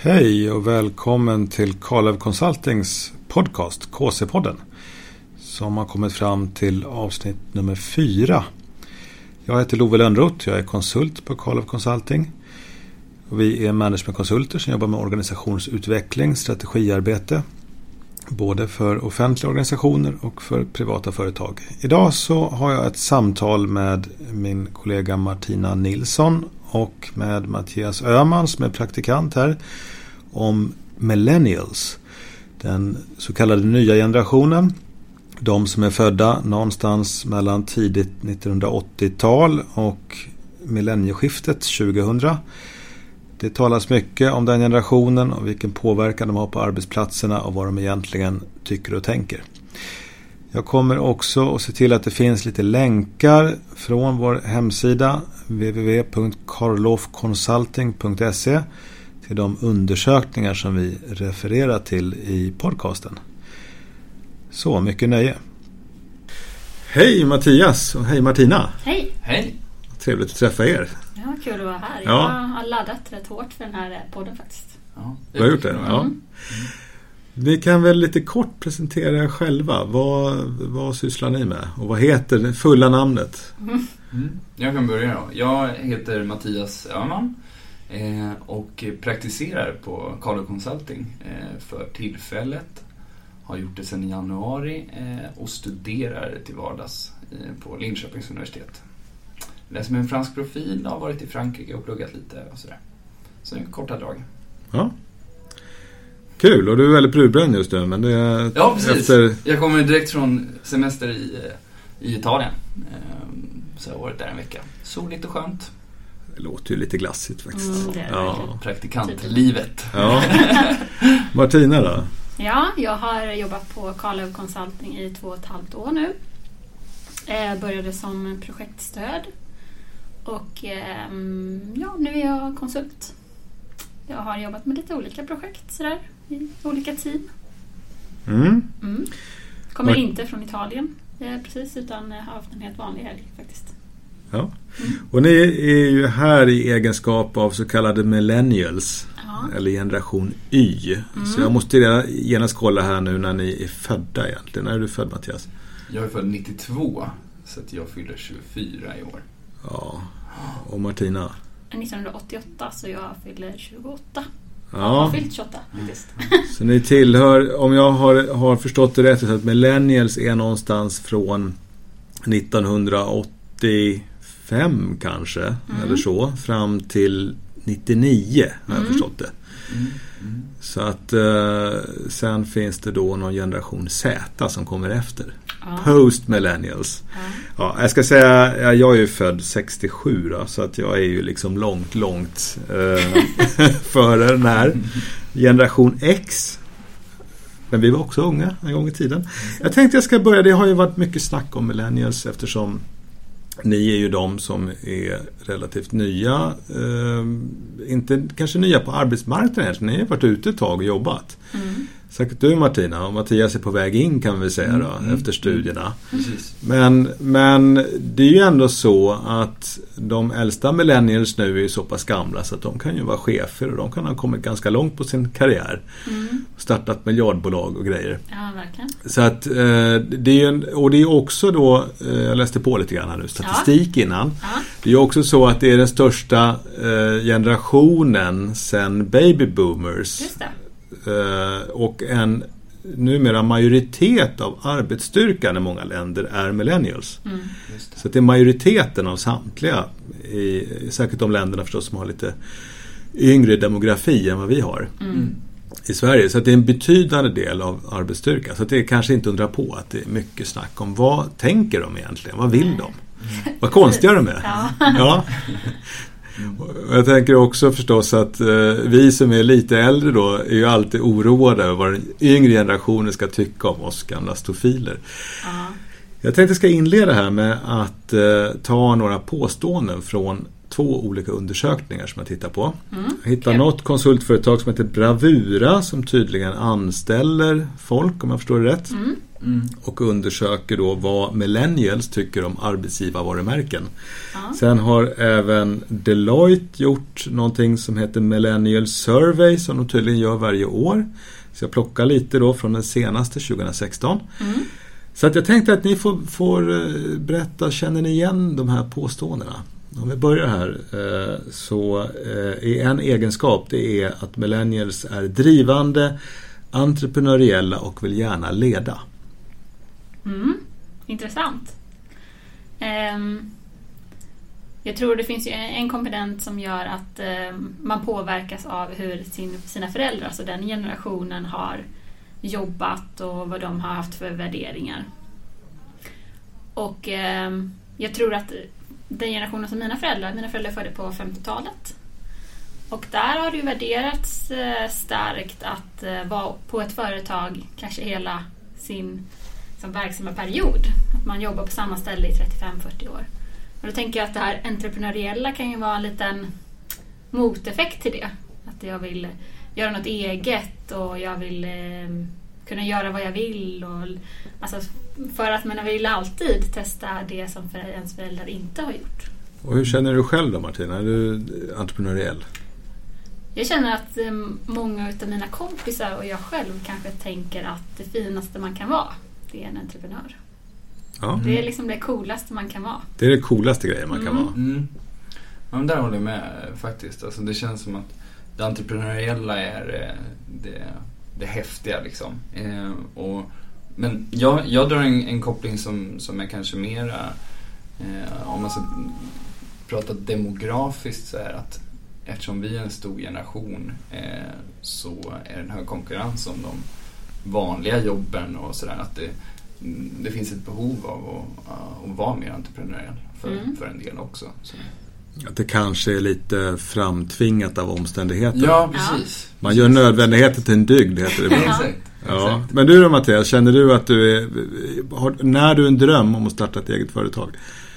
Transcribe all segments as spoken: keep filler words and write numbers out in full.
Hej och välkommen till Carlev Consultings podcast, K C-podden, som har kommit fram till avsnitt nummer fyra. Jag heter Love Lönnroth, jag är konsult på Carlev Consulting. Och vi är managementkonsulter som jobbar med organisationsutveckling, strategiarbete, både för offentliga organisationer och för privata företag. Idag så har jag ett samtal med min kollega Martina Nilsson och med Mattias Öhman som är praktikant här om millennials, den så kallade nya generationen. De som är födda någonstans mellan tidigt nittonhundraåttiotal och millennieskiftet tjugohundra. Det talas mycket om den generationen och vilken påverkan de har på arbetsplatserna och vad de egentligen tycker och tänker. Jag kommer också att se till att det finns lite länkar från vår hemsida w w w punkt carlofconsulting punkt se till de undersökningar som vi refererar till i podcasten. Så, mycket nöje. Hej Mattias och hej Martina. Hej. Hej. Trevligt att träffa er. Ja, kul att vara här. Ja. Jag har laddat rätt hårt för den här podden faktiskt. Ja, du har gjort det? Ja. Mm. Ni kan väl lite kort presentera er själva. Vad, vad sysslar ni med? Och vad heter det fulla namnet? Mm. Mm. Jag kan börja då. Jag heter Mattias Öhman eh, och praktiserar på Carlev Consulting eh, för tillfället. Har gjort det sedan i januari eh, och studerar till vardags eh, på Linköpings universitet. Läser med en fransk profil, har varit i Frankrike och pluggat lite och sådär. Så en korta drag. Ja. Kul, och du är väldigt brudbränd just nu, men det är ja, precis. Efter... Jag kommer direkt från semester i, i Italien. Så jag har varit där en vecka. Soligt och skönt. Det låter ju lite glassigt faktiskt. Mm, det är ja. Praktikantlivet. Ja. Martina då? Ja, jag har jobbat på Carlev Consulting i två och ett halvt år nu. Jag började som projektstöd. Och ja, nu är jag konsult. Jag har jobbat med lite olika projekt sådär, i olika team. Mm. Mm. Kommer Var... inte från Italien eh, precis, utan har haft en helt vanlig helg faktiskt. Ja. Mm. Och ni är ju här i egenskap av så kallade millennials, ja. eller generation Y. Mm. Så jag måste genast kolla här nu när ni är födda egentligen. När är du född, Mattias? Jag är född nittiotvå, så att jag fyller tjugofyra i år. Ja. Och Martina? nittonhundraåttioåtta, så jag fyller tjugoåtta. Ja. Jag har fyllt tjugoåtta faktiskt. Så ni tillhör, om jag har, har förstått det rätt, så att millennials är någonstans från nittonhundraåttiofem kanske, mm. eller så, fram till nittionio har jag mm. förstått det. Mm. Mm. Så att eh, sen finns det då någon generation Z som kommer efter. Ja. Post millennials. Ja. Ja, jag ska säga, ja, jag är ju född sextiosju då, så att jag är ju liksom långt, långt eh, före den här. Generation X. Men vi var också unga en gång i tiden. Jag tänkte jag ska börja, det har ju varit mycket snack om millennials eftersom ni är ju de som är relativt nya, eh, inte kanske nya på arbetsmarknaden, ni har varit ute ett tag och jobbat. Mm. Säkert du Martina, och Mattias är på väg in kan vi säga då, mm. efter studierna. Mm. Men, men det är ju ändå så att de äldsta millennials nu är så pass gamla så att de kan ju vara chefer och de kan ha kommit ganska långt på sin karriär. Mm. Startat miljardbolag och grejer. Ja, verkligen. Så att eh, det är ju en, och det är också då, eh, jag läste på lite grann här nu, statistik ja. innan. Ja. Det är ju också så att det är den största eh, generationen sen baby boomers. Just det. Uh, och en numera majoritet av arbetsstyrkan i många länder är millennials. Mm. Så att det är majoriteten av samtliga i, säkert de länderna förstås som har lite yngre demografi än vad vi har mm. i Sverige. Så att det är en betydande del av arbetsstyrkan. Så att det är kanske inte undra på att det är mycket snack om vad tänker de egentligen? Vad vill de? Mm. Vad konstiga de är. Ja. Ja. Jag tänker också förstås att eh, vi som är lite äldre då är ju alltid oroade över vad den yngre generationen ska tycka om oss gamla stofiler. Uh-huh. Jag tänkte jag ska inleda här med att eh, ta några påståenden från två olika undersökningar som jag tittar på. Mm, jag hittar okay. något konsultföretag som heter Bravura som tydligen anställer folk, om jag förstår det rätt. Mm. Mm. Och undersöker då vad millennials tycker om arbetsgivarvarumärken. Ja. Sen har även Deloitte gjort någonting som heter Millennial Survey som de tydligen gör varje år. Så jag plockar lite då från den senaste tjugohundrasexton. Mm. Så att jag tänkte att ni får, får berätta, känner ni igen de här påståendena? Om vi börjar här så är en egenskap det är att millennials är drivande, entreprenöriella och vill gärna leda. Mm, intressant. Um, jag tror det finns ju en komponent som gör att um, man påverkas av hur sin, sina föräldrar, alltså den generationen har jobbat och vad de har haft för värderingar. Och um, jag tror att den generationen som mina föräldrar, mina föräldrar födde på femtiotalet. Och där har det ju värderats uh, starkt att uh, vara på ett företag kanske hela sin som verksamma period. Att man jobbar på samma ställe i trettiofem till fyrtio år. Och då tänker jag att det här entreprenöriella kan ju vara en liten moteffekt till det. Att jag vill göra något eget och jag vill eh, kunna göra vad jag vill. Och, alltså, för att man vill alltid testa det som för ens föräldrar inte har gjort. Och hur känner du själv då, Martina? Är du entreprenöriell? Jag känner att eh, många av mina kompisar och jag själv kanske tänker att det finaste man kan vara, det är en entreprenör. Ja. Det är liksom det coolaste man kan vara. Det är det coolaste grejen man mm. kan vara. Mm. Ja, men där håller jag med faktiskt. Alltså, det känns som att det entreprenöriella är det, det häftiga liksom. Eh, och, men jag, jag drar en, en koppling som, som är kanske mera eh, om man ska prata demografiskt så är att eftersom vi är en stor generation eh, så är det en hög konkurrens om de vanliga jobben och sådär, att det, det finns ett behov av att, att vara mer entreprenöriell för, mm. för en del också. Så. Att det kanske är lite framtvingat av omständigheter. Ja, precis. Man gör nödvändigheten till en dygd, heter det. Ja. Exakt. Ja. Men du då, Mattias, känner du att du är, har, när du en dröm om att starta ett eget företag?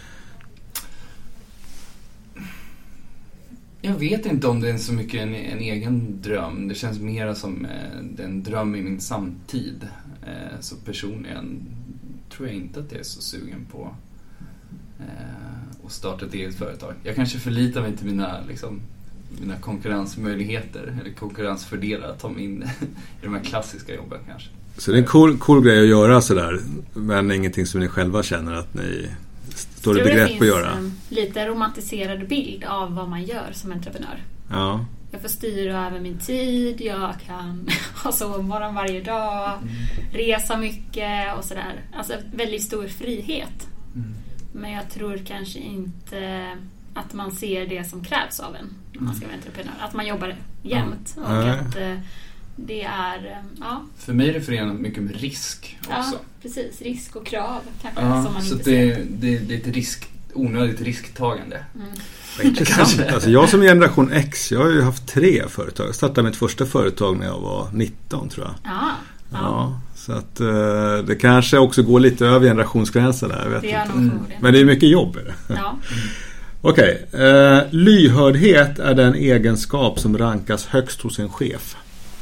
Jag vet inte om det är så mycket en, en egen dröm. Det känns mer som eh, en dröm i min samtid. Eh, så personligen tror jag inte att jag är så sugen på eh, att starta ett eget företag. Jag kanske förlitar mig till mina, liksom, mina konkurrensmöjligheter eller konkurrensfördelar att ta mig in i de här klassiska jobben kanske. Så det är en cool, cool grej att göra sådär, men ingenting som ni själva känner att ni står i begrepp att göra? Det finns en lite romantiserad bild av vad man gör som entreprenör. Ja. Jag får styra över min tid, jag kan ha sovmorgon varje dag, mm. resa mycket och sådär. Alltså väldigt stor frihet. Mm. Men jag tror kanske inte att man ser det som krävs av en när man ska vara entreprenör. Att man jobbar jämt mm. och mm. att det är, ja. För mig är det förenat mycket med risk också. Ja, precis. Risk och krav kanske, ja, som man så inte det, ser. Det, det är ett risk, onödigt risktagande. Mm. Intressant. Alltså jag som generation X, jag har ju haft tre företag. Jag startade mitt första företag när jag var nitton, tror jag. Ja, ja. ja så att uh, det kanske också går lite över generationsgränsen där. Jag vet det gör inte. nog Mm. Men det är mycket jobb i det. Ja. Okej, okay. uh, lyhördhet är den egenskap som rankas högst hos en chef.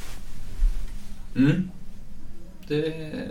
Mm. Det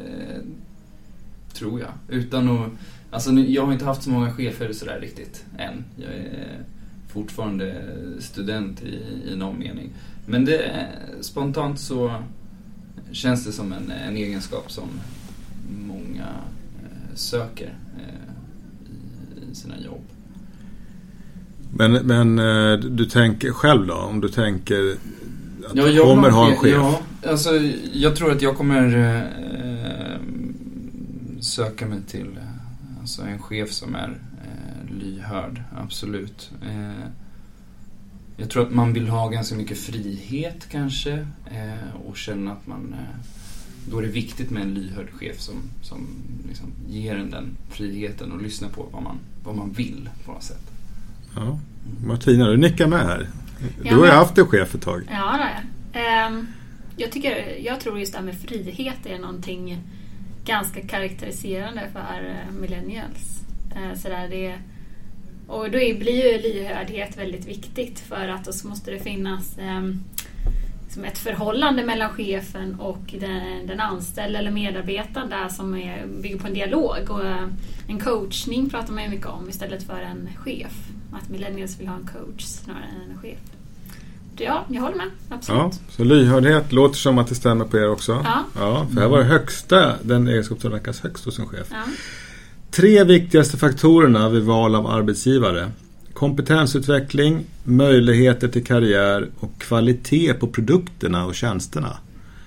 tror jag. Utan att, alltså jag har inte haft så många chefer så där riktigt än. Jag är fortfarande student i, i någon mening. Men det, spontant så känns det som en, en egenskap som många eh, söker eh, i, i sina jobb. Men, men du tänker själv då, om du tänker att ja, du kommer ha en chef? Ja, alltså jag tror att jag kommer eh, söka mig till alltså en chef som är eh, lyhörd, absolut. Eh, jag tror att man vill ha ganska mycket frihet kanske eh, och känna att man eh, då är det viktigt med en lyhörd chef som, som liksom ger en den friheten och lyssnar på vad man, vad man vill på något sätt. Ja. Martina, du nickar med här. Du ja, har ju haft en chef ett tag. Ja, det är jag. Um, jag, tycker, jag tror just det här med frihet är någonting ganska karaktäriserande för uh, millennials. Uh, så där det, och då blir ju lyhördhet väldigt viktigt, för att då så måste det finnas um, liksom ett förhållande mellan chefen och den, den anställda eller medarbetaren där som är, bygger på en dialog. Och en coachning pratar man ju mycket om istället för en chef. Att millennials vill ha en coach snarare än en chef. Ja, jag håller med. Absolut. Ja, så lyhördhet låter som att det stämmer på er också. Ja. Ja, för här var det högsta, den egenskap som räknas högst hos en chef. Ja. Tre viktigaste faktorerna vid val av arbetsgivare. Kompetensutveckling, möjligheter till karriär och kvalitet på produkterna och tjänsterna.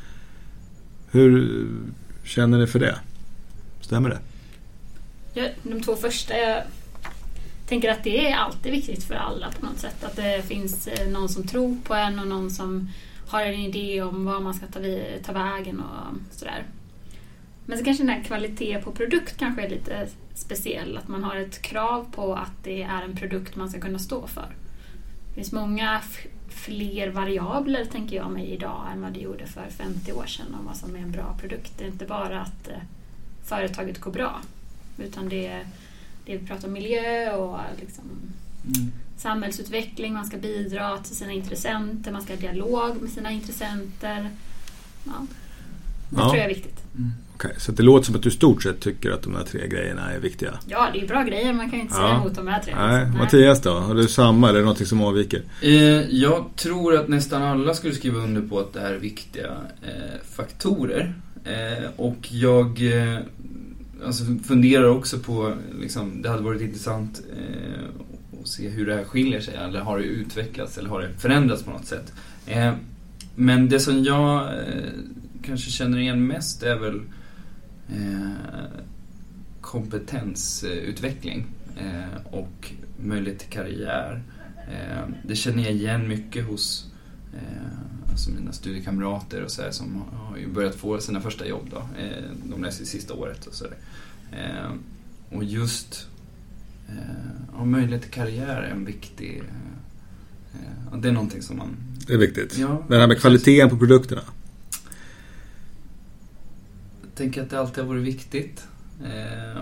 Hur känner ni för det? Stämmer det? Ja, de två första, jag tänker att det är alltid viktigt för alla på något sätt. Att det finns någon som tror på en och någon som har en idé om vad man ska ta, vid, ta vägen och sådär. Men så kanske den här kvalitet på produkt kanske är lite speciell. Att man har ett krav på att det är en produkt man ska kunna stå för. Det finns många f- fler variabler, tänker jag mig, idag än vad det gjorde för femtio år sedan om vad som är en bra produkt. Det är inte bara att eh, företaget går bra. Utan det är, det är vi pratar om miljö och liksom mm. samhällsutveckling. Man ska bidra till sina intressenter. Man ska ha dialog med sina intressenter. Ja. Det ja. tror jag är viktigt. Mm. Okej, så det låter som att du stort sett tycker att de här tre grejerna är viktiga. Ja, det är bra grejer. Man kan ju inte säga ja. emot de här tre. Nej. Nej. Mattias då? Har du samma eller något som avviker? Eh, jag tror att nästan alla skulle skriva under på att det här är viktiga eh, faktorer. Eh, och jag eh, alltså funderar också på, liksom, det hade varit intressant eh, att se hur det här skiljer sig. Eller har det utvecklats eller har det förändrats på något sätt. Eh, men det som jag eh, kanske känner igen mest är väl Eh, kompetensutveckling eh, och möjlighet till karriär. Eh, det känner jag igen mycket hos eh, alltså mina studiekamrater och så här, som har ju börjat få sina första jobb då, eh, de läser i sista året och så där. Eh, och just eh, ja, möjlighet till karriär är en viktig eh, det är någonting som man... Det är viktigt. Ja, det här med kvaliteten på produkterna. Jag tänker att det alltid har varit viktigt. Eh...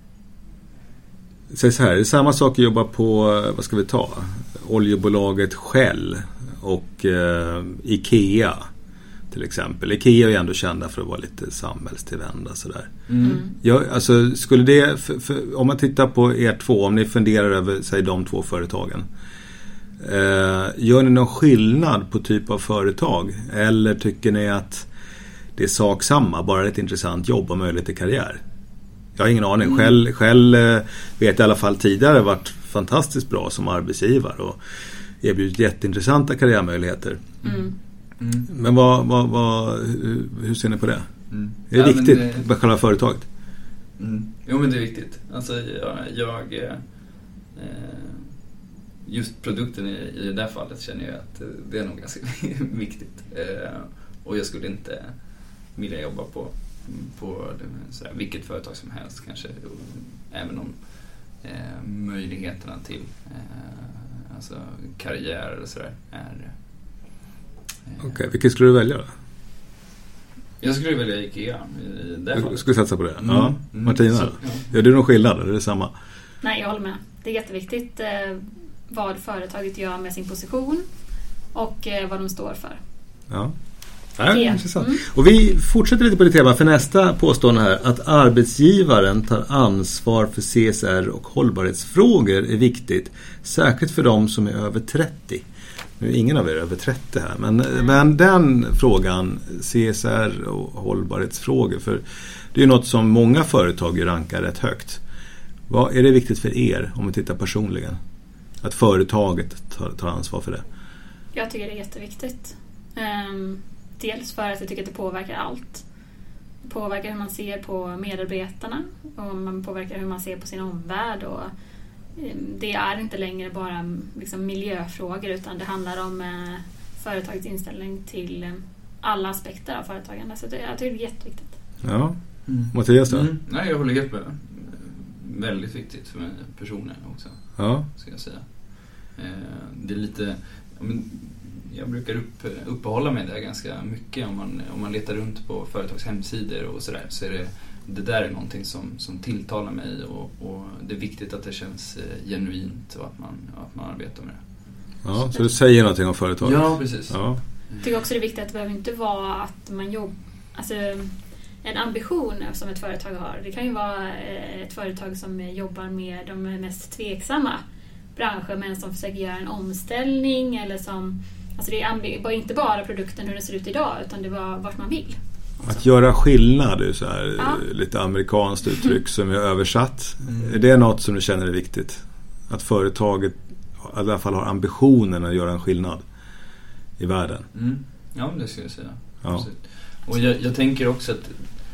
Säg så här, det är samma sak att jobba på, vad ska vi ta? Oljebolaget Shell och eh, Ikea till exempel. Ikea är ju ändå kända för att vara lite samhällstillvända sådär. Mm. Ja, alltså skulle det, för, för, om man tittar på er två, om ni funderar över säg, de två företagen. Eh, gör ni någon skillnad på typ av företag? Eller tycker ni att det är sak samma, bara ett intressant jobb och möjlighet till karriär? Jag har ingen aning. Mm. Själv, själv vet i alla fall tidigare varit fantastiskt bra som arbetsgivare och erbjudit jätteintressanta karriärmöjligheter. Mm. Mm. Men vad, vad, vad, hur, hur ser ni på det? Mm. Är det ja, viktigt det... med själva företaget? Mm. Jo, men det är viktigt. Alltså, jag, jag eh, just produkten i, i det där fallet känner jag att det är nog ganska viktigt. Eh, och jag skulle inte vilja jobba på, på sådär, vilket företag som helst kanske, även om eh, möjligheterna till eh, alltså karriär eller sådär är eh, Okej, okay, vilket skulle du välja då? Jag skulle välja Ikea i det Du fallet. skulle satsa på det? Mm. Ja. Martina, så, ja. Gör du någon skillnad? Är det samma? Nej, jag håller med. Det är jätteviktigt eh, vad företaget gör med sin position och eh, vad de står för. Ja. Ja, intressant. Mm. Och vi fortsätter lite på det tema för nästa påstående här, att arbetsgivaren tar ansvar för C S R och hållbarhetsfrågor är viktigt, särskilt för de som är över trettio. Nu är ingen av er över trettio här, men, mm. men den frågan, C S R och hållbarhetsfrågor, för det är ju något som många företag rankar rätt högt. Vad är det viktigt för er, om vi tittar personligen, att företaget tar, tar ansvar för det? Jag tycker det är jätteviktigt. Um... Dels för att jag tycker att det påverkar allt. Det påverkar hur man ser på medarbetarna och man påverkar hur man ser på sin omvärld. Och det är inte längre bara liksom miljöfrågor, utan det handlar om eh, företagets inställning till eh, alla aspekter av företagande. Så det, jag tycker det är jätteviktigt. Ja, mm. Mattias då? Mm. Nej, jag håller helt med. Väldigt viktigt för mig personen också. Ja. Ska jag säga. Eh, det är lite... Men, jag brukar upp, uppehålla mig där ganska mycket om man, om man letar runt på företags hemsidor och sådär, så är det, det där är någonting som, som tilltalar mig och, och det är viktigt att det känns eh, genuint och att man, att man arbetar med det. Ja, så, så du säger någonting om företaget? Ja, precis. Ja. Jag tycker också det är viktigt att det behöver inte vara att man jobbar, alltså en ambition som ett företag har. Det kan ju vara ett företag som jobbar med de mest tveksamma branscher men som försöker göra en omställning eller som, alltså det var inte bara produkten hur den ser ut idag utan det var vart man vill. Att göra skillnad är så här ja. lite amerikanskt uttryck som är översatt. Mm. Är det något som du känner är viktigt? Att företaget i alla fall har ambitionen att göra en skillnad i världen? Mm. Ja, det ska jag säga. Ja. Och jag, jag tänker också att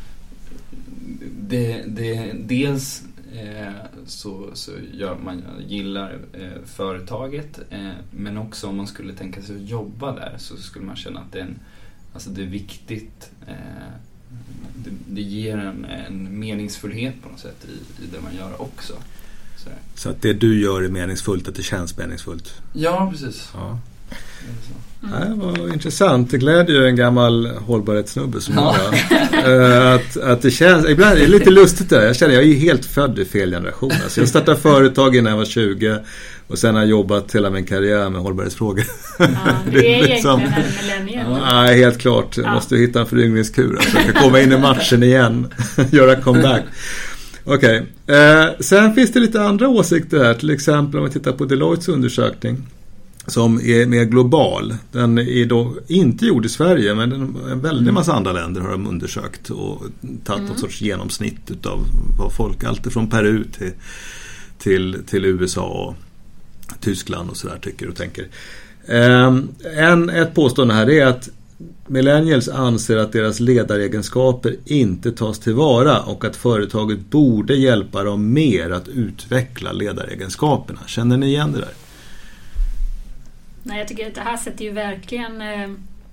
det, det dels eh, så, så gör man gillar eh, företaget eh, men också om man skulle tänka sig att jobba där så skulle man känna att det är, en, alltså det är viktigt eh, det, det ger en, en meningsfullhet på något sätt i, i det man gör också. Så, så att det du gör är meningsfullt, att det känns meningsfullt? Ja, precis. Ja. Mm. Det var intressant. Det glädjer ju en gammal hållbarhetssnubbe som ja. jag. att, att det känns, ibland är det lite lustigt där. Jag känner jag är helt född i fel generation. Alltså jag startade företag innan jag var tjugo och sen har jag jobbat hela min karriär med hållbarhetsfrågor. Ja, det är liksom, egentligen en millennium. Nej, helt klart. Jag ja. måste hitta en föryngringskur. Alltså jag kan komma in i matchen igen. Göra comeback. Okej. Okay. Eh, sen finns det lite andra åsikter här. Till exempel om vi tittar på Deloittes undersökning som är mer global. Den är då inte gjord i Sverige men en väldigt massa andra länder har de undersökt och tagit mm. någon sorts genomsnitt utav vad folk, allt från Peru till, till, till U S A och Tyskland och sådär tycker och tänker. Um, en, ett påstående här är att millennials anser att deras ledaregenskaper inte tas tillvara och att företaget borde hjälpa dem mer att utveckla ledaregenskaperna. Känner ni igen det där? Nej, jag tycker att det här sätter ju verkligen eh,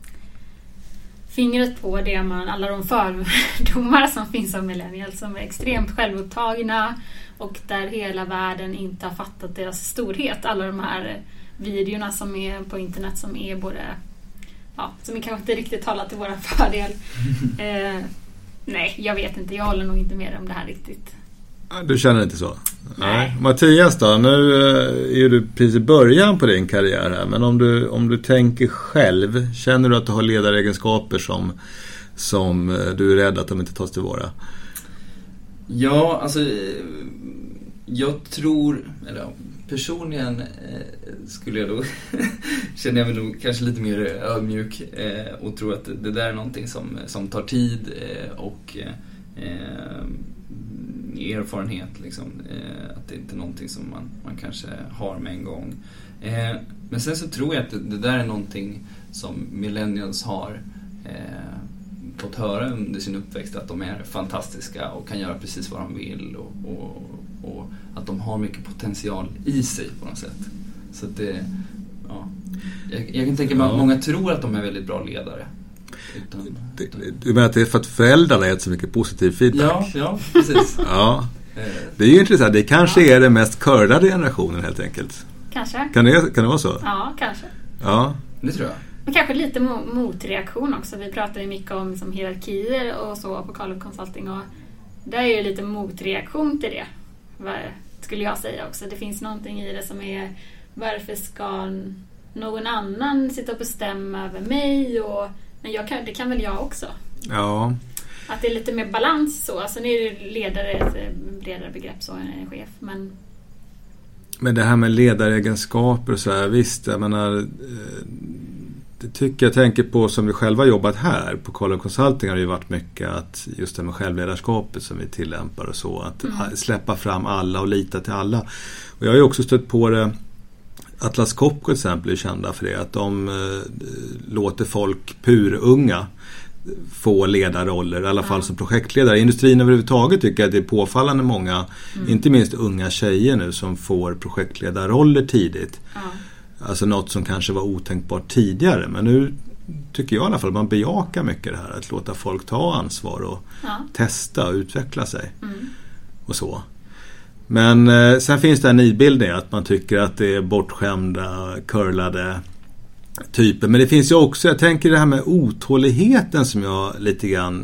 fingret på det man, alla de fördomar som finns av millennials som är extremt självupptagna och där hela världen inte har fattat deras storhet. Alla de här videorna som är på internet som är både, ja, som är kanske inte riktigt talat till våra fördel. Eh, nej, jag vet inte. Jag håller nog inte med om det här riktigt. Du känner inte så? Nej. Nej. Mattias då, nu är du precis i början på din karriär här, men om du, om du tänker själv, känner du att du har ledaregenskaper som, som du är rädd att de inte tas tillvara? Ja, alltså jag tror, eller personligen skulle jag då känner jag mig nog kanske lite mer ödmjuk och tror att det där är någonting som, som tar tid och erfarenhet liksom, eh, att det inte är någonting som man, man kanske har med en gång. Eh, men sen så tror jag att det, det där är någonting som millennials har eh, fått höra under sin uppväxt, att de är fantastiska och kan göra precis vad de vill och, och, och att de har mycket potential i sig på något sätt. Så att det, ja, jag, jag kan tänka mig att många tror att de är väldigt bra ledare. Utan, utan... Du menar att det är för att föräldrarna har gett så mycket positiv feedback? Ja, ja precis. Ja. Det är ju intressant. Det kanske ja. är den mest curlade generationen helt enkelt. Kanske. Kan det, kan det vara så? Ja, kanske. Ja. Det tror jag. Men kanske lite mo- motreaktion också. Vi pratar ju mycket om som hierarkier och så på Carlev Consulting. Och det är ju lite motreaktion till det. Vad skulle jag säga också. Det finns någonting i det som är varför ska någon annan sitta och bestämma över mig och men jag kan, det kan väl jag också. Ja. Att det är lite mer balans så. Alltså nu är det ledare ett bredare begrepp så än en chef. Men... men det här med ledaregenskaper och så här, visst, jag menar, det tycker jag tänker på som vi själva jobbat här på Carlev Consulting har det ju varit mycket att just det med självledarskapet som vi tillämpar och så. Att mm. släppa fram alla och lita till alla. Och jag har ju också stött på det. Atlas Copco till exempel är kända för det, att de eh, låter folk purunga få ledarroller, i alla fall som projektledare. Industrin överhuvudtaget tycker att det är påfallande många, mm. inte minst unga tjejer nu, som får projektledarroller tidigt. Mm. Alltså något som kanske var otänkbart tidigare, men nu tycker jag i alla fall man bejakar mycket det här, att låta folk ta ansvar och ja. testa och utveckla sig mm. och så. Men eh, sen finns det en nidbildning att man tycker att det är bortskämda, curlade typer. Men det finns ju också, jag tänker det här med otåligheten som jag lite grann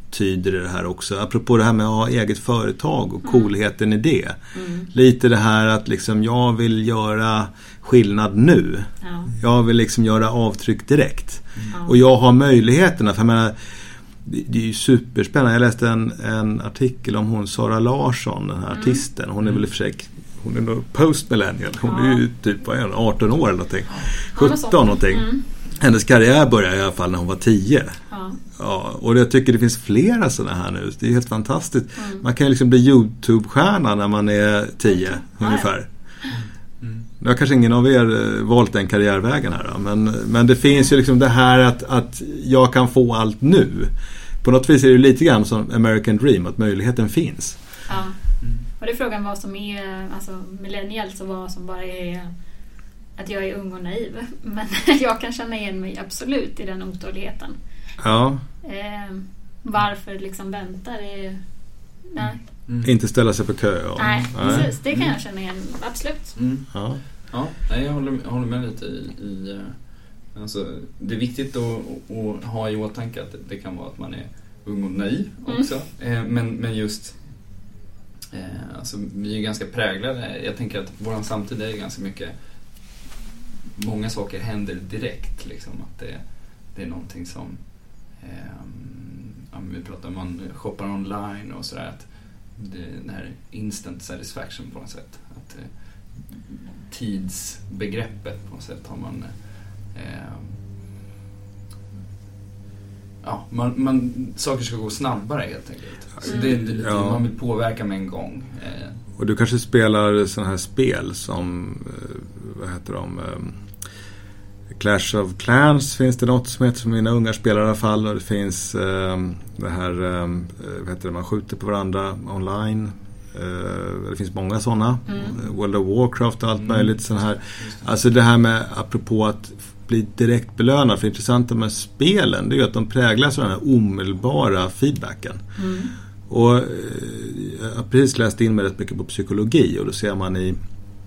antyder det här också. Apropå det här med att ha eget företag och coolheten mm. i det. Mm. Lite det här att liksom jag vill göra skillnad nu. Ja. Jag vill liksom göra avtryck direkt. Mm. Och jag har möjligheterna. För jag menar, det är ju superspännande. Jag läste en, en artikel om hon Sara Larsson, den här mm. artisten. Hon är väl i och för sig, hon är nog post-millennial. Hon ja. är ju typ arton år eller någonting. sjutton någonting. Mm. Hennes karriär började i alla fall när hon var tio. Ja. Ja, och jag tycker det finns flera sådana här nu. Det är helt fantastiskt. Mm. Man kan ju liksom bli YouTube-stjärna när man är tio mm. ungefär. Mm. Nu har kanske ingen av er valt den karriärvägen här då, men, men det finns ju liksom det här att, att jag kan få allt nu. På något vis är det lite grann som American Dream, att möjligheten finns. Ja. Och det är frågan vad som är alltså millennials och vad som bara är att jag är ung och naiv. Men jag kan känna igen mig absolut i den otåligheten. Ja. Eh, varför liksom vänta? Det är, nej. Mm. Inte ställa sig på kö. Och, nej, nej, precis. Det kan jag känna igen. Absolut. Mm. Ja. Ja, nej, jag håller, jag håller med lite i... i alltså, det är viktigt att, att ha i åtanke att det kan vara att man är ung och naiv också. Mm. Eh, men, men just... Eh, alltså, vi är ganska präglade. Jag tänker att vår samtid är ganska mycket... Många saker händer direkt. Liksom, att det, det är någonting som... Eh, ja, vi pratar om man shoppar online och sådär. Att det, det här instant satisfaction på något sätt. Att eh, tidsbegreppet på något sätt har man... Eh, ja, man, man, saker ska gå snabbare helt enkelt. Så det, det är lite, ja. Man vill påverka med en gång. Eh. Och du kanske spelar sådana här spel som... Vad heter de... Clash of Clans finns det något som heter, som mina ungar spelar i alla fall, och det finns um, det här um, vad heter det, man skjuter på varandra online, uh, det finns många sådana, mm. World of Warcraft och allt mm. möjligt sån här. Alltså det här med, apropå att bli direkt belönad, för det intressanta med spelen det är ju att de präglas av den här omedelbara feedbacken. Mm. Och uh, jag har precis läst in mig rätt mycket på psykologi, och då ser man i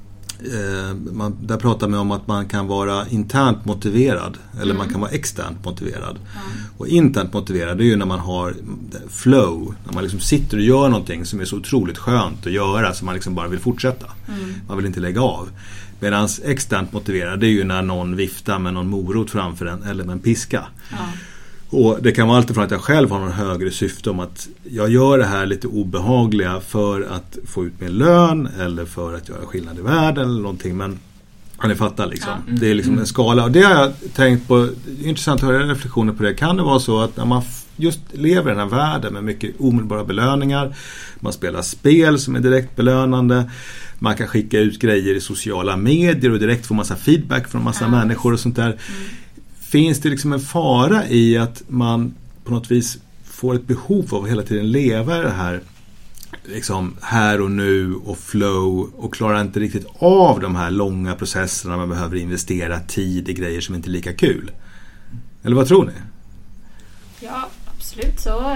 Man, där pratar man om att man kan vara internt motiverad eller mm. man kan vara externt motiverad. Mm. Och internt motiverad det är ju när man har flow, när man liksom sitter och gör någonting som är så otroligt skönt att göra så man liksom bara vill fortsätta. Mm. Man vill inte lägga av. Medan externt motiverad det är ju när någon viftar med någon morot framför en eller med en piska. Mm. Och det kan vara alltid från att jag själv har någon högre syfte om att jag gör det här lite obehagliga för att få ut min lön eller för att göra skillnad i världen eller någonting. Men han är fattar liksom. Ja. Mm. Det är liksom en skala. Och det har jag tänkt på, det är intressant att höra reflektioner på det. Kan det vara så att när man just lever i den här världen med mycket omedelbara belöningar, man spelar spel som är direkt belönande, man kan skicka ut grejer i sociala medier och direkt få massa feedback från massa ja. människor och sånt där. Mm. Finns det liksom en fara i att man på något vis får ett behov av att hela tiden leva i det här liksom här och nu och flow och klarar inte riktigt av de här långa processerna, man behöver investera tid i grejer som inte är lika kul? Eller vad tror ni? Ja, absolut så,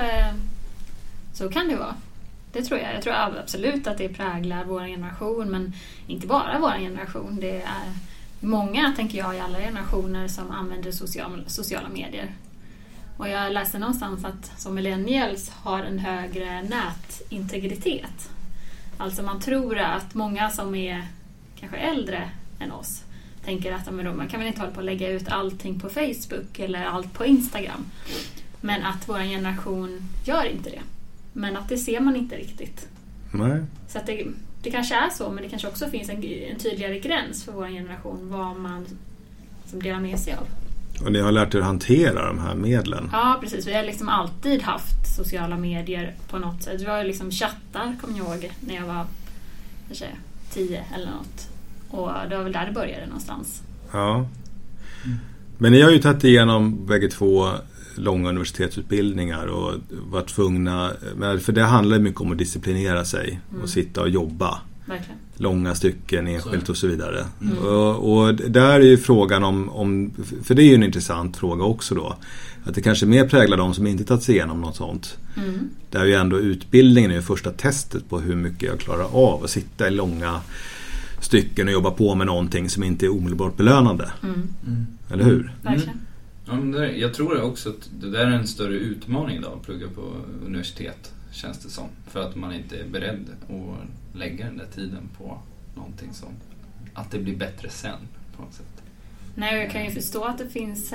så kan det vara. Det tror jag. Jag tror absolut att det präglar vår generation, men inte bara vår generation. Det är många, tänker jag, i alla generationer som använder social, sociala medier. Och jag läste någonstans att som millennials har en högre nätintegritet. Alltså man tror att många som är kanske äldre än oss tänker att man kan väl inte hålla på att lägga ut allting på Facebook eller allt på Instagram. Men att vår generation gör inte det. Men att det ser man inte riktigt. Nej. Så att det... Det kanske är så, men det kanske också finns en, en tydligare gräns för vår generation vad man som delar med sig av. Och ni har lärt er att hantera de här medlen? Ja, precis. Vi har liksom alltid haft sociala medier på något sätt. Det var ju liksom chattar, kommer jag ihåg, när jag var kanske tio eller något. Och det var väl där det började någonstans. Ja. Mm. Men ni har ju tagit igenom bägge två långa universitetsutbildningar och varit tvungna, för det handlar mycket om att disciplinera sig mm. och sitta och jobba. Verkligen. Långa stycken enskilt och så vidare. Mm. Och, och där är ju frågan om, om, för det är ju en intressant fråga också då, att det kanske mer präglar de som inte tagit sig igenom något sånt. Mm. Där är ju ändå utbildningen är första testet på hur mycket jag klarar av att sitta i långa stycken och jobba på med någonting som inte är omedelbart belönande. Mm. Mm. Eller hur? Verkligen. Ja, men det, jag tror också att det där är en större utmaning idag, att plugga på universitet, känns det som. För att man inte är beredd att lägga den där tiden på någonting som, att det blir bättre sen på något sätt. Nej, jag kan ju förstå att det finns,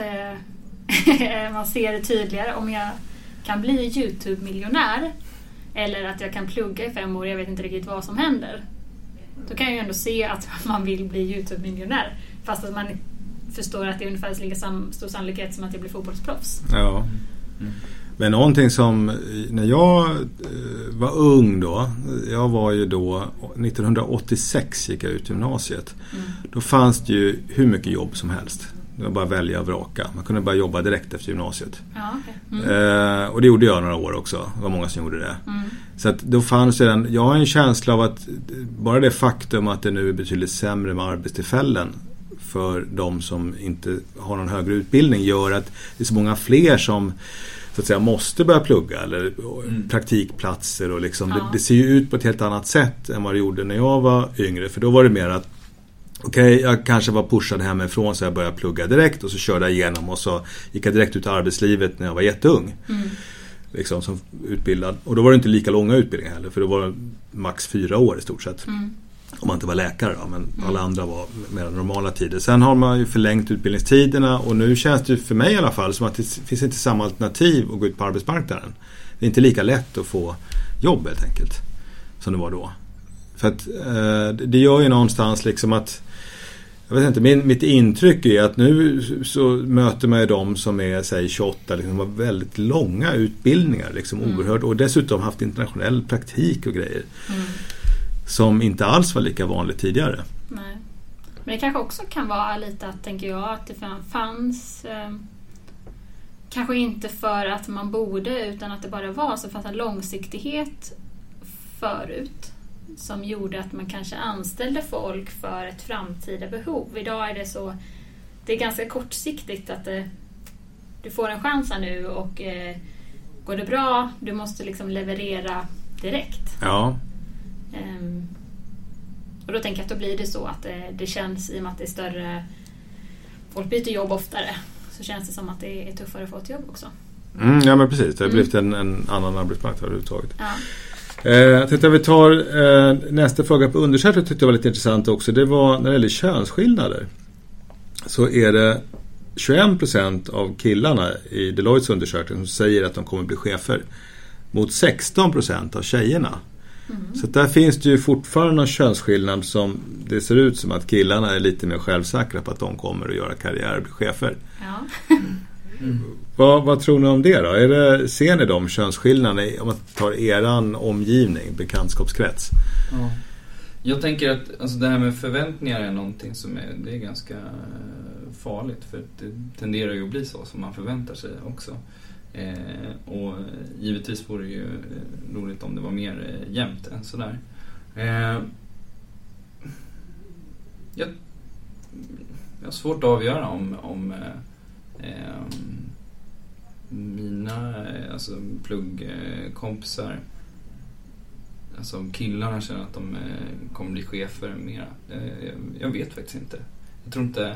eh, man ser det tydligare om jag kan bli YouTube-miljonär eller att jag kan plugga i fem år, jag vet inte riktigt vad som händer. Då kan jag ju ändå se att man vill bli YouTube-miljonär, fast att man förstår att det är ungefär lika stor sannolikhet som att jag blir fotbollsproffs. Ja. Mm. Men någonting som, när jag var ung då, jag var ju då nittonhundraåttiosex gick jag ut gymnasiet. Mm. Då fanns det ju hur mycket jobb som helst. Det var bara välja och vraka. Man kunde bara jobba direkt efter gymnasiet. Ja, okay. Mm. eh, och det gjorde jag några år också. Det var många som gjorde det. Mm. Så att då fanns det en, jag har en känsla av att bara det faktum att det nu är betydligt sämre med arbetstillfällen för de som inte har någon högre utbildning gör att det är så många fler som så att säga måste börja plugga eller mm. praktikplatser och liksom, ja. det, det ser ju ut på ett helt annat sätt än vad det gjorde när jag var yngre, för då var det mer att okej, okay, jag kanske var pushad hemifrån så jag började plugga direkt och så körde jag igenom och så gick jag direkt ut i arbetslivet när jag var jätteung. Mm. Liksom som utbildad. Och då var det inte lika långa utbildningar heller, för då var det max fyra år i stort sett. Mm. Om man inte var läkare då, men mm. alla andra var mer normala tider. Sen har man ju förlängt utbildningstiderna och nu känns det för mig i alla fall som att det finns inte samma alternativ att gå ut på arbetsmarknaden. Det är inte lika lätt att få jobb helt enkelt som det var då. För att eh, det gör ju någonstans liksom att jag vet inte, min, mitt intryck är att nu så möter man ju de som är säg tjugoåtta, liksom har väldigt långa utbildningar liksom mm. oerhört, och dessutom haft internationell praktik och grejer. Mm. Som inte alls var lika vanligt tidigare. Nej. Men det kanske också kan vara lite att, tänker jag, att det fanns eh, kanske inte för att man borde, utan att det bara var så fanns en långsiktighet förut som gjorde att man kanske anställde folk för ett framtida behov. Idag är det så, det är ganska kortsiktigt att det, du får en chans här nu och eh, går det bra, du måste liksom leverera direkt. Ja. Um, och då tänker jag att då blir det så att det, det känns, i och med att det är större, folk byter jobb oftare, så känns det som att det är tuffare att få ett jobb också. Mm, ja men precis, det har blivit en, en annan arbetsmarknad överhuvudtaget. Ja. Eh, jag tänkte att vi tar eh, nästa fråga på undersökningen, tyckte jag var lite intressant också. Det var när det gäller könsskillnader. Så är det tjugoen procent av killarna i Deloittes undersökning som säger att de kommer bli chefer, mot sexton procent av tjejerna. Mm. Så där finns det ju fortfarande någon könsskillnad som det ser ut som att killarna är lite mer självsäkra på att de kommer att göra karriär och bli chefer. Ja. Mm. Vad, vad tror ni om det då? Är det, ser ni de könsskillnaderna om man tar eran omgivning, bekantskapskrets? Ja. Jag tänker att alltså, det här med förväntningar är någonting som är, det är ganska farligt, för det tenderar ju att bli så som man förväntar sig också. Eh, och givetvis vore det ju roligt om det var mer eh, jämnt än sådär. Eh, jag, jag har svårt att avgöra om, om eh, eh, mina eh, alltså pluggkompisar, alltså om killarna känner att de eh, kommer bli chefer mer. Eh, jag, jag vet faktiskt inte. Jag tror inte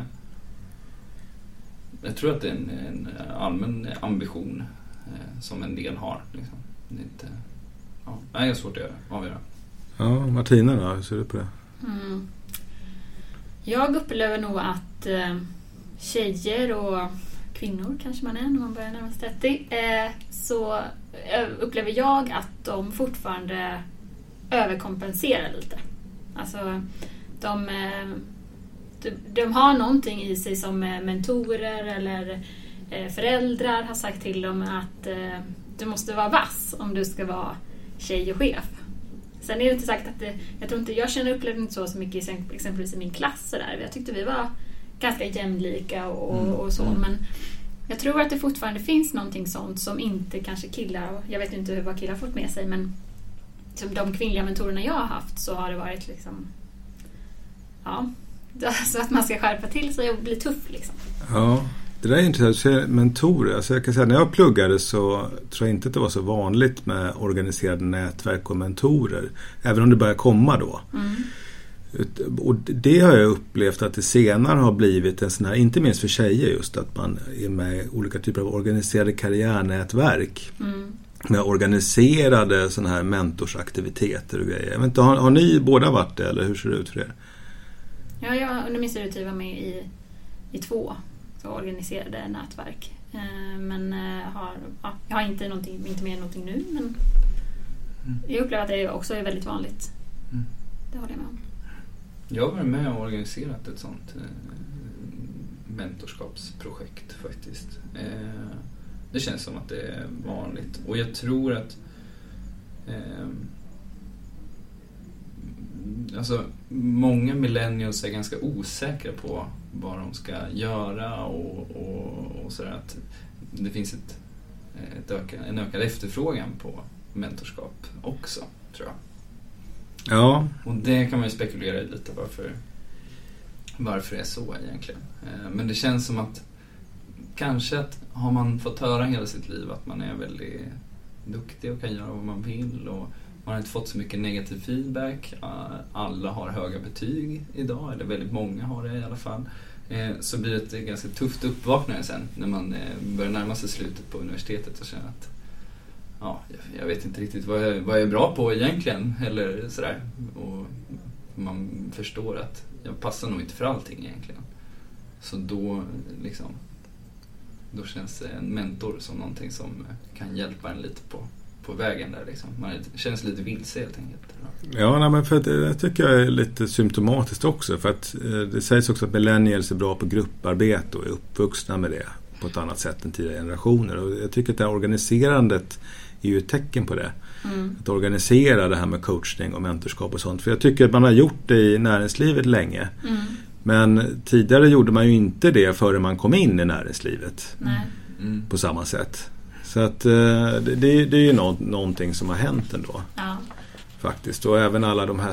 Jag tror att det är en, en allmän ambition eh, som en del har. Liksom. Det är inte, ja, det är svårt att göra, avgöra. Ja, Martina då, hur ser du på det? Mm. Jag upplever nog att eh, tjejer och kvinnor kanske man är när man börjar närma sig trettio, eh, så upplever jag att de fortfarande överkompenserar lite. Alltså de... Eh, De har någonting i sig som mentorer eller föräldrar har sagt till dem att du måste vara vass om du ska vara tjej och chef. Sen är det inte sagt att det, jag tror inte, jag känner upplevde inte så, så mycket exempelvis i min klass så där. Jag tyckte vi var ganska jämlika och, mm. och så, men jag tror att det fortfarande finns någonting sånt som inte kanske killar, jag vet inte vad killar har fått med sig, men som de kvinnliga mentorerna jag har haft så har det varit liksom, ja, så att man ska skärpa till sig och bli tuff liksom. Ja, det där är intressant. Mentorer, alltså jag kan säga när jag pluggade så tror jag inte att det var så vanligt med organiserade nätverk och mentorer, även om det börjar komma då. Mm. Och det har jag upplevt att det senare har blivit en sån här, inte minst för tjejer just, att man är med i olika typer av organiserade karriärnätverk. Mm. Med organiserade såna här mentorsaktiviteter och grejer. Jag vet inte, har, har ni båda varit det, eller hur ser det ut för er? Ja, jag under min studietid var med i, i två så organiserade nätverk. Eh, men eh, har, ja, jag har inte, någonting, inte med någonting nu, men mm. jag upplever att det också är väldigt vanligt. Mm. Det håller jag med om. Jag var med och organiserat ett sånt eh, mentorskapsprojekt faktiskt. Eh, det känns som att det är vanligt. Och jag tror att eh, alltså, många millennials är ganska osäkra på vad de ska göra och, och, och sådär. Att det finns ett, ett öka, en ökad efterfrågan på mentorskap också, tror jag. Ja. Och det kan man ju spekulera i lite varför, varför det är så egentligen. Men det känns som att kanske att har man fått höra hela sitt liv att man är väldigt duktig och kan göra vad man vill och man har inte fått så mycket negativ feedback. Alla har höga betyg idag, eller väldigt många har det i alla fall. Så blir det ett ganska tufft uppvaknande sen när man börjar närma sig slutet på universitetet och känner att ja, jag vet inte riktigt vad jag, vad jag är bra på egentligen eller sådär. Och man förstår att jag passar nog inte för allting egentligen. Så då liksom då känns en mentor som någonting som kan hjälpa en lite på, på vägen där liksom. Man känns lite vilse helt enkelt. Ja, nej, men för att, det tycker jag är lite symptomatiskt också. För att eh, det sägs också att millennials är bra på grupparbete och är uppvuxna med det på ett annat sätt än tidigare generationer. Och jag tycker att det här organiserandet är ju ett tecken på det. Mm. Att organisera det här med coachning och mentorskap och sånt. För jag tycker att man har gjort det i näringslivet länge. Mm. Men tidigare gjorde man ju inte det förrän man kom in i näringslivet. Mm. På samma sätt. Så att det, det, det är ju nå, någonting som har hänt ändå. Ja. Faktiskt. Och även alla de här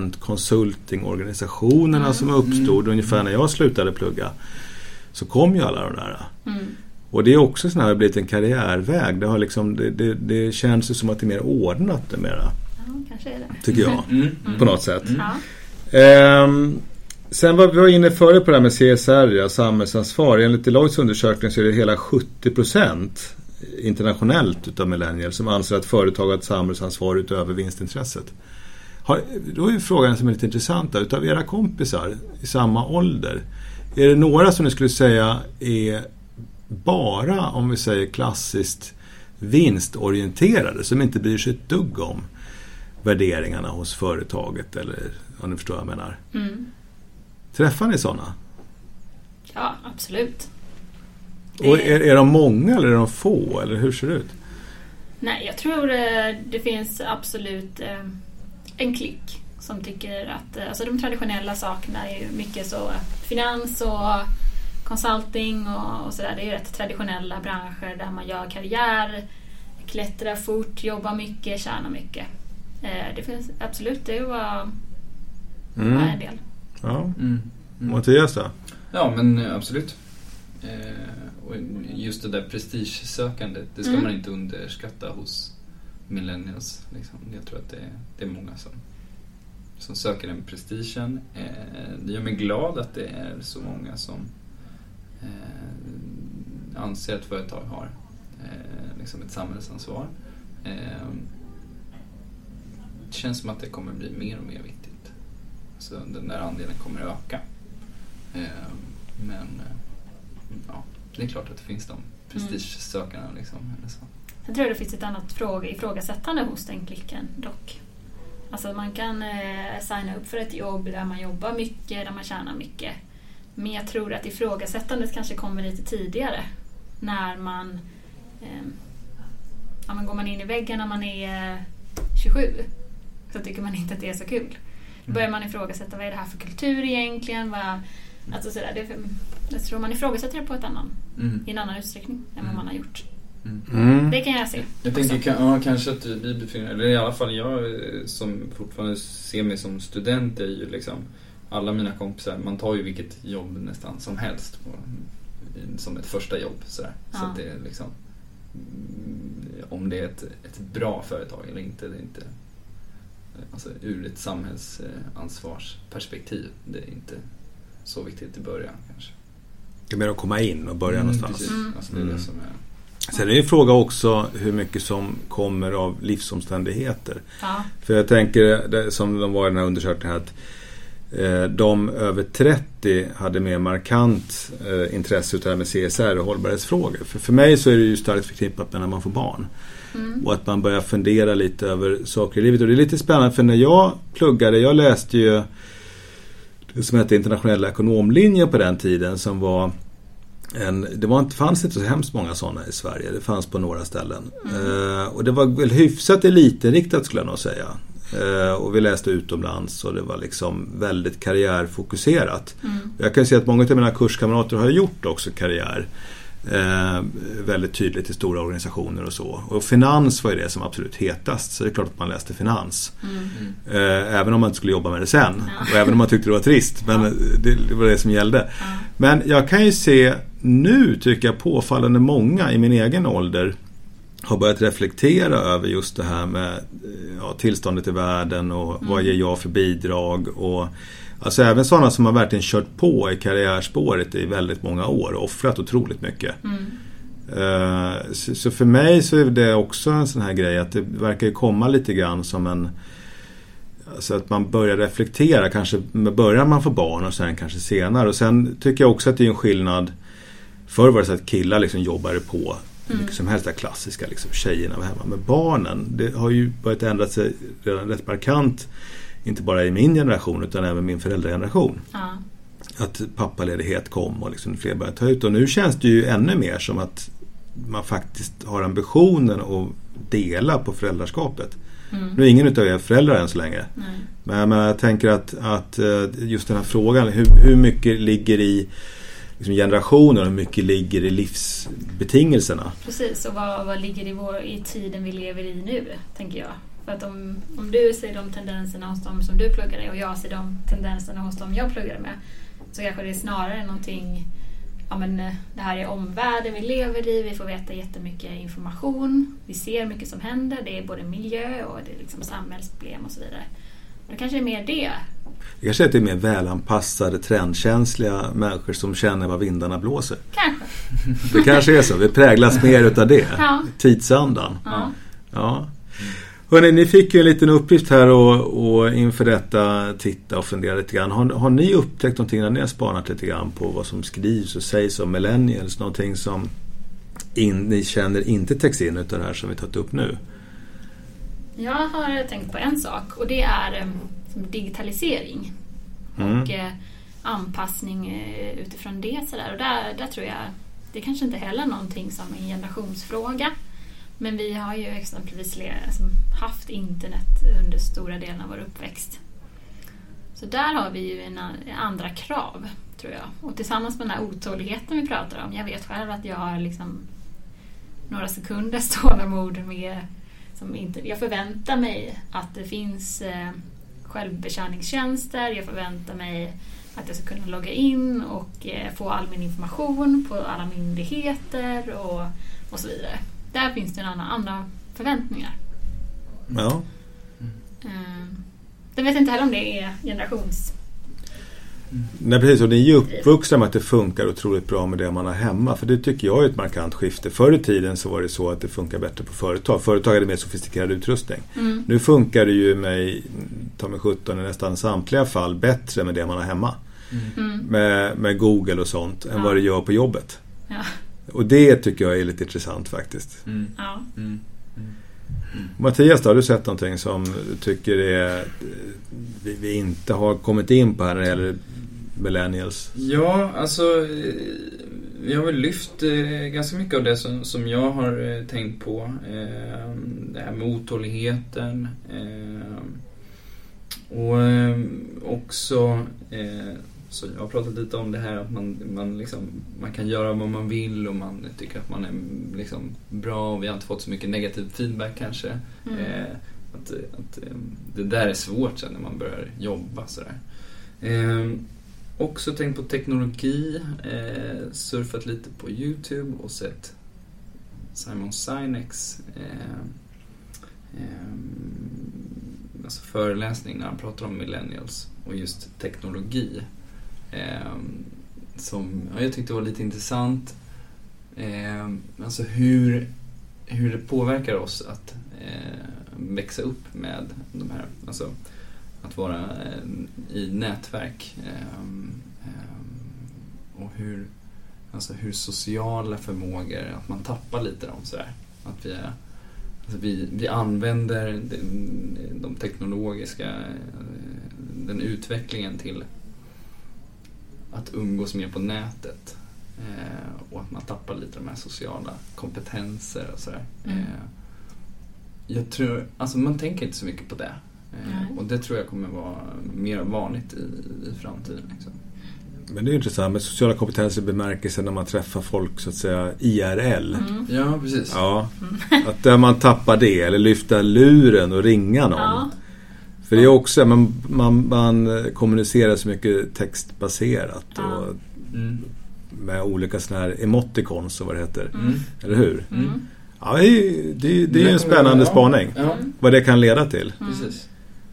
studentkonsultingorganisationerna mm. som uppstod mm. ungefär när jag slutade plugga. Så kom ju alla de där. Mm. Och det är också sån här blivit en karriärväg. Det, har liksom, det, det, det känns ju som att det är mer ordnat det mera. Ja, kanske är det. Tycker jag. Mm. Mm. På något sätt. Mm. Ja. Ehm, sen var vi var inne före på det här med C S R, ja, samhällsansvar. Enligt Deloittes undersökning så är det hela sjuttio procent internationellt utav millennials som anser att företag har ett samhällsansvar utöver vinstintresset. Har, då är frågan som är lite intressant. Utav era kompisar i samma ålder, är det några som ni skulle säga är bara, om vi säger klassiskt vinstorienterade, som inte bryr sig ett dugg om värderingarna hos företaget, eller om ni förstår vad jag menar? Mm. Träffar ni sådana? Ja, absolut. Och är, är de många eller är de få, eller hur ser det ut? Nej, jag tror det finns absolut en klick som tycker att alltså de traditionella sakerna är ju mycket så finans och consulting och, och sådär. Det är ju rätt traditionella branscher där man gör karriär, klättrar fort, jobbar mycket, tjänar mycket. Det finns absolut, det var, mm. var en del. Ja. Mm. Mm. Mattias då? Ja, men absolut. Eh, och just det där prestigesökandet, det ska mm. man inte underskatta hos millennials. Liksom. Jag tror att det är, det är många som, som söker den prestigen. Eh, det gör mig glad att det är så många som eh, anser att företag har eh, liksom ett samhällsansvar. Eh, det känns som att det kommer bli mer och mer viktigt. Så den där andelen kommer att öka. Eh, men ja, det är klart att det finns de prestigesökarna liksom, eller så. Jag tror det finns ett annat fråga, ifrågasättande hos den klicken dock. Alltså man kan eh, signa upp för ett jobb där man jobbar mycket, där man tjänar mycket. Men jag tror att ifrågasättandet kanske kommer lite tidigare. När man eh, ja, men går man in i väggen när man är tjugosju, så tycker man inte att det är så kul. Då börjar man ifrågasätta, vad är det här för kultur egentligen? Vad, alltså sådär, det, jag tror man ifrågasätter det på ett annan, mm. i en annan utsträckning än vad man har gjort. Mm. Det kan jag se. Jag tänker kan, ja, kanske att vi befinner, eller i alla fall jag som fortfarande ser mig som student är ju liksom, alla mina kompisar, man tar ju vilket jobb nästan som helst på, som ett första jobb sådär. Ja. Så att det är liksom, om det är ett, ett bra företag eller inte, det är inte alltså ur ett samhällsansvarsperspektiv. Det är inte så viktigt i början kanske. Det är mer att komma in och börja mm, någonstans. Mm. Alltså, det är det som är... Sen är det en fråga också hur mycket som kommer av livsomständigheter. Ja. För jag tänker, det, som de var i den här undersökningen, att eh, de över trettio hade mer markant eh, intresse utav det här med C S R och hållbarhetsfrågor. För, för mig så är det ju starkt förknippat med när man får barn. Mm. Och att man börjar fundera lite över saker i livet. Och det är lite spännande, för när jag pluggade, jag läste ju det som hette internationella ekonomlinjen på den tiden, som var en, det var inte, fanns inte så hemskt många sådana i Sverige. Det fanns på några ställen. Mm. Uh, och det var väl hyfsat eliteinriktat, skulle jag nog säga. Uh, och vi läste utomlands och det var liksom väldigt karriärfokuserat. Mm. Jag kan se att många av mina kurskamrater har gjort också karriär. Uh, väldigt tydligt i stora organisationer och så. Och finans var ju det som absolut hetast. Så det är klart att man läste finans. Mm. Uh, även om man inte skulle jobba med det sen. Ja. Och även om man tyckte det var trist. Men ja. det, det var det som gällde. Ja. Men jag kan ju se nu, tycker jag, påfallande många i min egen ålder har börjat reflektera över just det här med ja, tillståndet i världen och mm. vad ger jag för bidrag, och alltså även sådana som har verkligen kört på i karriärspåret i väldigt många år och offrat otroligt mycket. Mm. Uh, så, så för mig så är det också en sån här grej att det verkar komma lite grann som en, alltså att man börjar reflektera, kanske med början man får barn och sen kanske senare. Och sen tycker jag också att det är en skillnad. Förr var det så att killar liksom jobbade på mm. mycket som helst, där klassiska liksom, tjejerna var hemma. Men barnen, det har ju börjat ändra sig redan rätt markant, inte bara i min generation utan även min föräldrageneration. Ja. Att pappaledighet kom och liksom fler började ta ut. Och nu känns det ju ännu mer som att man faktiskt har ambitionen att dela på föräldraskapet. Mm. Nu är ingen utav er föräldrar än så länge. Nej. Men, men jag tänker att, att just den här frågan, hur, hur mycket ligger i liksom generationer och hur mycket ligger i livsbetingelserna? Precis, och vad, vad ligger i, vår, i tiden vi lever i nu, tänker jag. För att om, om du ser de tendenserna hos dem som du pluggade och jag ser de tendenserna hos dem jag pluggade med, så kanske det är snarare någonting, ja men det här är omvärlden vi lever i, vi får veta jättemycket information, vi ser mycket som händer, det är både miljö och det är liksom samhällsproblem och så vidare. Det kanske är mer det. Det kanske är att det är mer välanpassade, trendkänsliga människor som känner vad vindarna blåser. Kanske. Det kanske är så, vi präglas mer utav det. Ja. Tidsandan. Ja. Ja. Hörrni, ni fick ju en liten uppgift här och, och inför detta titta och fundera lite grann. Har, har ni upptäckt någonting när ni har spanat lite grann på vad som skrivs och sägs om millennials? Någonting som in, ni känner inte täcks in utan det här som vi tagit upp nu? Jag har tänkt på en sak och det är som digitalisering mm. och eh, anpassning eh, utifrån det. Sådär. Och där, där tror jag, det är kanske inte heller någonting som är en generationsfråga. Men vi har ju exempelvis liksom haft internet under stora delen av vår uppväxt. Så där har vi ju en, andra krav, tror jag. Och tillsammans med den här otåligheten vi pratar om. Jag vet själv att jag har liksom några sekunders tålamod med... Som inte, jag förväntar mig att det finns eh, självbetjäningstjänster. Jag förväntar mig att jag ska kunna logga in och eh, få all min information på alla myndigheter och, och så vidare. Där finns det en annan, andra förväntningar. Ja. Mm. Jag vet inte heller om det är generations... Mm. Nej, precis. Och det är ju uppvuxna med att det funkar otroligt bra med det man har hemma. För det tycker jag är ett markant skifte. Förr i tiden så var det så att det funkar bättre på företag. Företag hade mer sofistikerad utrustning. Mm. Nu funkar det ju med, ta med sjutton i nästan samtliga fall, bättre med det man har hemma. Mm. Med, med Google och sånt än ja. Vad det gör på jobbet. Ja. Och det tycker jag är lite intressant faktiskt. Mm. Ja. Mm. Mm. Mm. Mattias, då, har du sett någonting som du tycker är, vi, vi inte har kommit in på här när det gäller millennials? Ja, alltså vi har väl lyft eh, ganska mycket av det som, som jag har eh, tänkt på. Eh, det här med otåligheten. Eh, och eh, också... Eh, Så jag har pratat lite om det här att man, man, liksom, man kan göra vad man vill och man tycker att man är liksom bra och vi har inte fått så mycket negativ feedback kanske. Mm. Eh, att, att det där är svårt sen när man börjar jobba sådär. Eh, också tänkt på teknologi, eh, surfat lite på YouTube och sett Simon Sineks eh, eh, alltså föreläsning när han pratar om millennials och just teknologi. Eh, som ja, jag tyckte var lite intressant. Eh, alltså hur, hur det påverkar oss att eh, växa upp med de här, alltså att vara eh, i nätverk eh, eh, och hur, alltså hur sociala förmågor, att man tappar lite dem sådär. Att vi, är, alltså vi, vi använder de, de teknologiska, den utvecklingen till att umgås mer på nätet. Eh, och att man tappar lite de här sociala kompetenser och sådär. Mm. Eh, jag tror, alltså man tänker inte så mycket på det. Eh, och det tror jag kommer vara mer vanligt i, i framtiden. Liksom. Men det är intressant med sociala kompetenser bemärkelsen när man träffar folk så att säga I R L. Mm. Ja, precis. Ja, att där man tappar det eller lyfta luren och ringa någon. Ja. För det är också, man, man, man kommunicerar så mycket textbaserat och ja. mm. med olika sådana här emoticons och vad det heter. Mm. Eller hur? Mm. Ja, det är, det, det är en spännande spaning. Ja. Vad det kan leda till. Mm. Precis.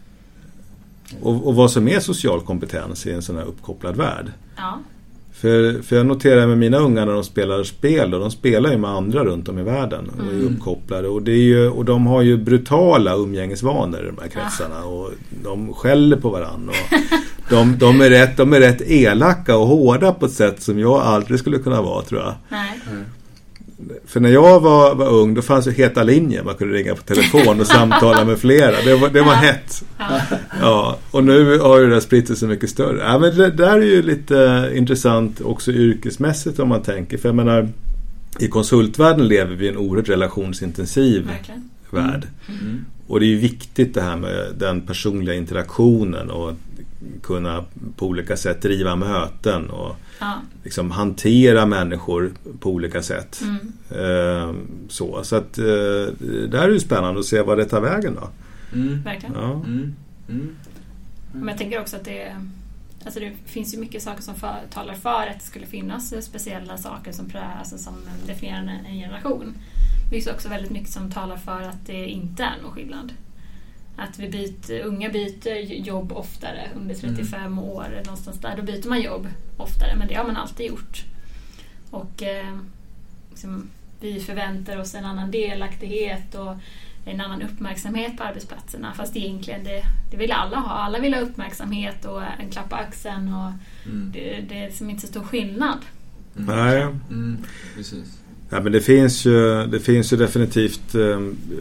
Och, och vad som är social kompetens i en sån här uppkopplad värld. Ja. För, för jag noterar med mina unga när de spelar spel, och de spelar ju med andra runt om i världen och är mm. uppkopplade. Och, det är ju, och de har ju brutala umgängesvanor i de här kretsarna. Ja. Och de skäller på varandra. Och de, de, är rätt, de är rätt elaka och hårda på ett sätt som jag aldrig skulle kunna vara, tror jag. Nej. Mm. För när jag var, var ung, då fanns ju heta linjer. Man kunde ringa på telefon och samtala med flera. Det var, det var ja. hett. Ja. Ja, och nu har ju det här spritt sig så mycket större. Ja, men det där är ju lite intressant också yrkesmässigt om man tänker. För jag menar, i konsultvärlden lever vi i en oerhört relationsintensiv Verkligen. värld. Mm. Mm. Och det är ju viktigt det här med den personliga interaktionen och kunna på olika sätt driva möten och ja. liksom hantera människor på olika sätt. Mm. Eh, så så att eh, det här är ju spännande att se vad det tar vägen då. Mm. Verkligen. Ja. Mm. Mm. Mm. Men jag tänker också att det, alltså det finns ju mycket saker som för, talar för att det skulle finnas speciella saker som, alltså som definierar en generation. Det finns också väldigt mycket som talar för att det inte är någon skillnad. Att vi byter, unga byter jobb oftare under trettiofem mm. år eller någonstans där. Då byter man jobb oftare, men det har man alltid gjort. Och eh, liksom, vi förväntar oss en annan delaktighet och en annan uppmärksamhet på arbetsplatserna. Fast egentligen, det, det vill alla ha. Alla vill ha uppmärksamhet och en klapp på axeln. Och mm. det, det är liksom inte så stor skillnad. Mm. Nej, mm. precis. Ja, men det finns ju, det finns ju definitivt... Eh,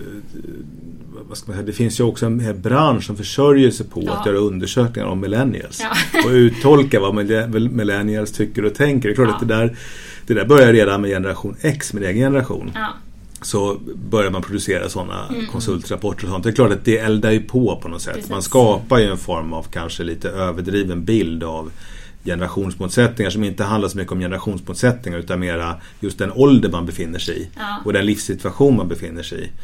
vad ska man säga, det finns ju också en hel bransch som försörjer sig på ja. att göra undersökningar om millennials. Ja. Och uttolka vad millennials tycker och tänker. Det är klart ja. att det där, det där börjar redan med generation X, med egen generation. Ja. Så börjar man producera sådana mm. konsultrapporter och sånt. Det är klart att det eldar ju på på något sätt. Precis. Man skapar ju en form av kanske lite överdriven bild av generationsmotsättningar som inte handlar så mycket om generationsmotsättningar utan mera just den ålder man befinner sig i ja. och den livssituation man befinner sig i. Ja.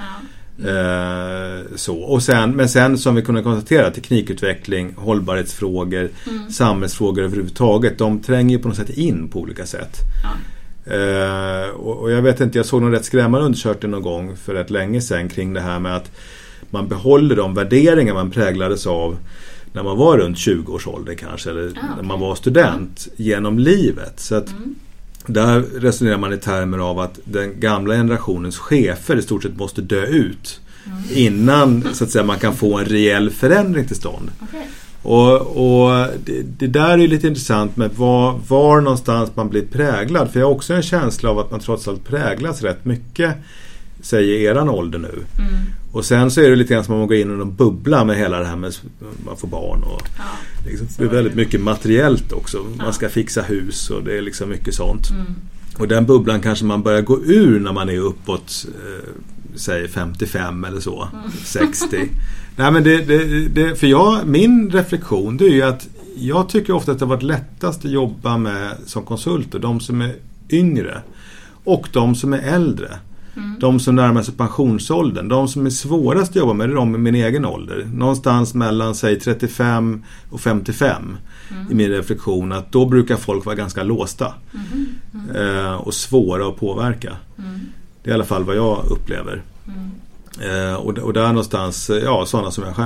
Eh, så. Och sen, men sen som vi kunde konstatera, teknikutveckling, hållbarhetsfrågor, mm. samhällsfrågor överhuvudtaget, de tränger ju på något sätt in på olika sätt. Ja. Eh, och, och jag vet inte, jag såg någon rätt skrämmande undersökning någon gång för rätt länge sedan kring det här med att man behåller de värderingar man präglades av när man var runt tjugo års ålder kanske, eller ah, okay. när man var student ja. genom livet. Så att mm. där resonerar man i termer av att den gamla generationens chefer i stort sett måste dö ut mm. innan så att säga, man kan få en rejäl förändring till stånd. Okay. Och, och det, det där är ju lite intressant med var, var någonstans man blir präglad. För jag har också en känsla av att man trots allt präglas rätt mycket, säger eran ålder nu. Mm. Och sen så är det lite grann som om man går in i en bubbla med hela det här med man får barn och ja, liksom, det är väldigt mycket materiellt också. Ja. Man ska fixa hus och det är liksom mycket sånt. Mm. Och den bubblan kanske man börjar gå ur när man är uppåt eh, säg femtiofem eller så, mm. sextio. Nej men det, det, det, för jag, min reflektion det är ju att jag tycker ofta att det har varit lättast att jobba med som konsulter, de som är yngre och de som är äldre. Mm. De som närmar sig pensionsåldern. De som är svårast att jobba med är de med min egen ålder. Någonstans mellan säg trettiofem och femtiofem mm. i min reflektion. Att då brukar folk vara ganska låsta. Mm. Mm. Eh, och svåra att påverka. Mm. Det är i alla fall vad jag upplever. Mm. Eh, och, och där någonstans, ja sådana som jag själv då.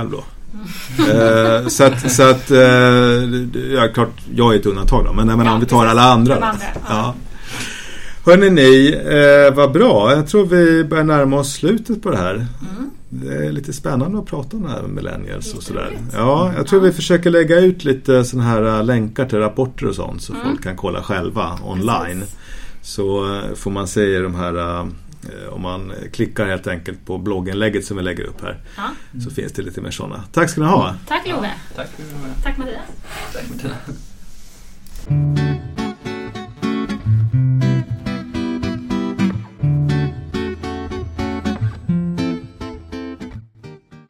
eh, så att, så att eh, ja, klart, jag är ett undantag då, men, men ja, om vi tar alla andra, andra ja. Ja. Hörrni ni, eh, vad bra. Jag tror vi börjar närma oss slutet på det här. Mm. Det är lite spännande att prata om det här med millennials och sådär. Ja, jag tror ja. vi försöker lägga ut lite såna här länkar till rapporter och sånt så mm. folk kan kolla själva online. Precis. Så får man se de här, om man klickar helt enkelt på blogginlägget som vi lägger upp här, ja. så finns det lite mer sådana. Tack ska ni ha. Tack Love. Tack, Tack Mattias. Tack Mattias.